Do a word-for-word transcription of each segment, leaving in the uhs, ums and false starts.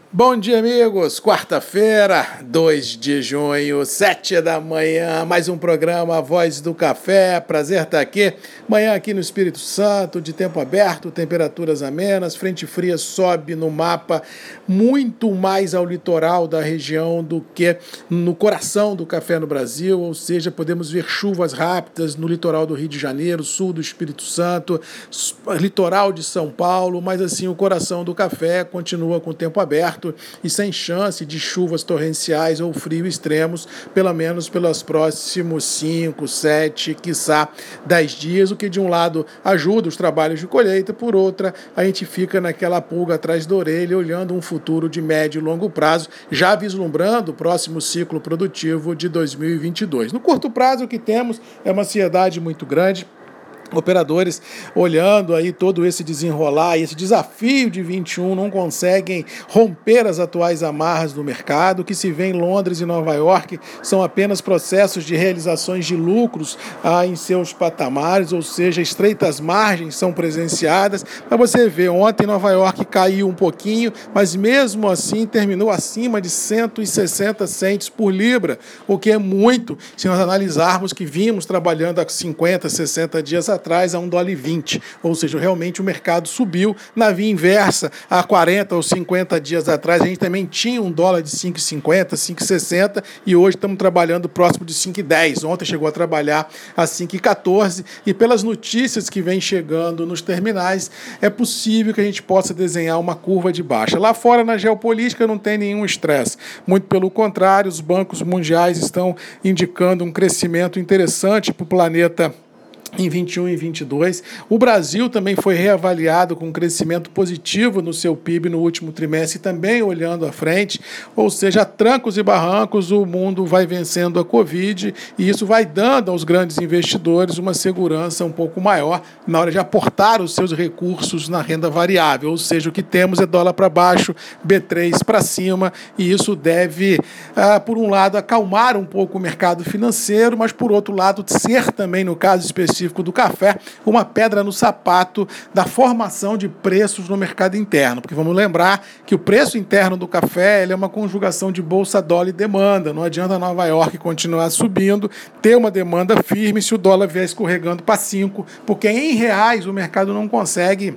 Bom dia, amigos. Quarta-feira, dois de junho, sete da manhã, mais um programa Voz do Café. Prazer estar aqui. Manhã aqui no Espírito Santo, de tempo aberto, temperaturas amenas, frente fria sobe no mapa muito mais ao litoral da região do que no coração do café no Brasil, ou seja, podemos ver chuvas rápidas no litoral do Rio de Janeiro, sul do Espírito Santo, litoral de São Paulo, mas assim o coração do café continua com o tempo aberto e sem chance de chuvas torrenciais ou frio extremos, pelo menos pelos próximos cinco, sete, quiçá dez dias, o que de um lado ajuda os trabalhos de colheita, por outra a gente fica naquela pulga atrás da orelha, olhando um futuro de médio e longo prazo, já vislumbrando o próximo ciclo produtivo de dois mil e vinte e dois. No curto prazo o que temos é uma ansiedade muito grande, operadores olhando aí todo esse desenrolar, esse desafio de vinte e um, não conseguem romper as atuais amarras do mercado. O que se vê em Londres e Nova York são apenas processos de realizações de lucros ah, em seus patamares, ou seja, estreitas margens são presenciadas. Mas você vê, ontem Nova York caiu um pouquinho, mas mesmo assim terminou acima de cento e sessenta centes por libra, o que é muito se nós analisarmos que vimos trabalhando há cinquenta, sessenta dias atrás atrás a um dólar e vinte, ou seja, realmente o mercado subiu. Na via inversa, há quarenta ou cinquenta dias atrás, a gente também tinha um dólar de cinco e cinquenta, cinco e sessenta e hoje estamos trabalhando próximo de cinco e dez. Ontem chegou a trabalhar a cinco e quatorze e pelas notícias que vêm chegando nos terminais, é possível que a gente possa desenhar uma curva de baixa. Lá fora, na geopolítica, não tem nenhum estresse. Muito pelo contrário, os bancos mundiais estão indicando um crescimento interessante para o planeta em vinte e um e vinte e dois. O Brasil também foi reavaliado com um crescimento positivo no seu P I B no último trimestre, também olhando à frente, ou seja, a trancos e barrancos o mundo vai vencendo a Covid e isso vai dando aos grandes investidores uma segurança um pouco maior na hora de aportar os seus recursos na renda variável, ou seja, o que temos é dólar para baixo, B três para cima, e isso deve, ah, por um lado, acalmar um pouco o mercado financeiro, mas por outro lado, ser também, no caso específico do café, uma pedra no sapato da formação de preços no mercado interno, porque vamos lembrar que o preço interno do café ele é uma conjugação de bolsa, dólar e demanda. Não adianta Nova York continuar subindo, ter uma demanda firme se o dólar vier escorregando para cinco, porque em reais o mercado não consegue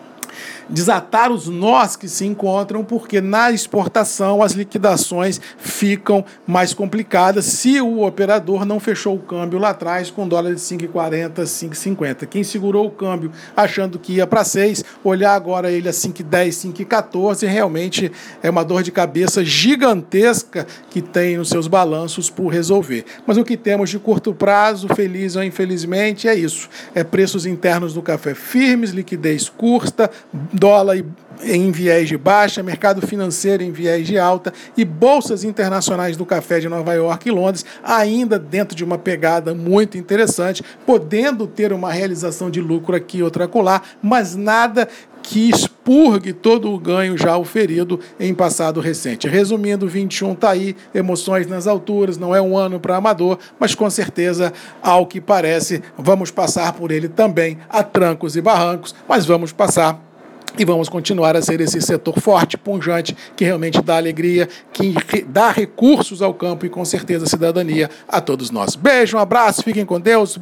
desatar os nós que se encontram, porque na exportação as liquidações ficam mais complicadas se o operador não fechou o câmbio lá atrás com dólar de cinco e quarenta, cinco e cinquenta. Quem segurou o câmbio achando que ia para seis, olhar agora ele a cinco e dez, cinco e quatorze, realmente é uma dor de cabeça gigantesca que tem nos seus balanços por resolver. Mas o que temos de curto prazo, feliz ou infelizmente, é isso. É preços internos do café firmes, liquidez curta, dólar em viés de baixa, mercado financeiro em viés de alta e bolsas internacionais do café de Nova York e Londres ainda dentro de uma pegada muito interessante, podendo ter uma realização de lucro aqui e outra acolá, mas nada que expurgue todo o ganho já oferido em passado recente. Resumindo, vinte e um está aí, emoções nas alturas, não é um ano para amador, mas com certeza, ao que parece, vamos passar por ele também a trancos e barrancos, mas vamos passar e vamos continuar a ser esse setor forte, pujante, que realmente dá alegria, que dá recursos ao campo e com certeza cidadania a todos nós. Beijo, um abraço, fiquem com Deus,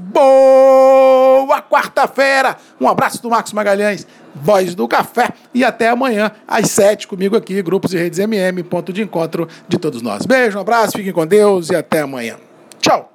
boa quarta-feira, um abraço do Marcos Magalhães, Voz do Café, e até amanhã às sete comigo aqui, Grupos e Redes M M, ponto de encontro de todos nós. Beijo, um abraço, fiquem com Deus e até amanhã. Tchau!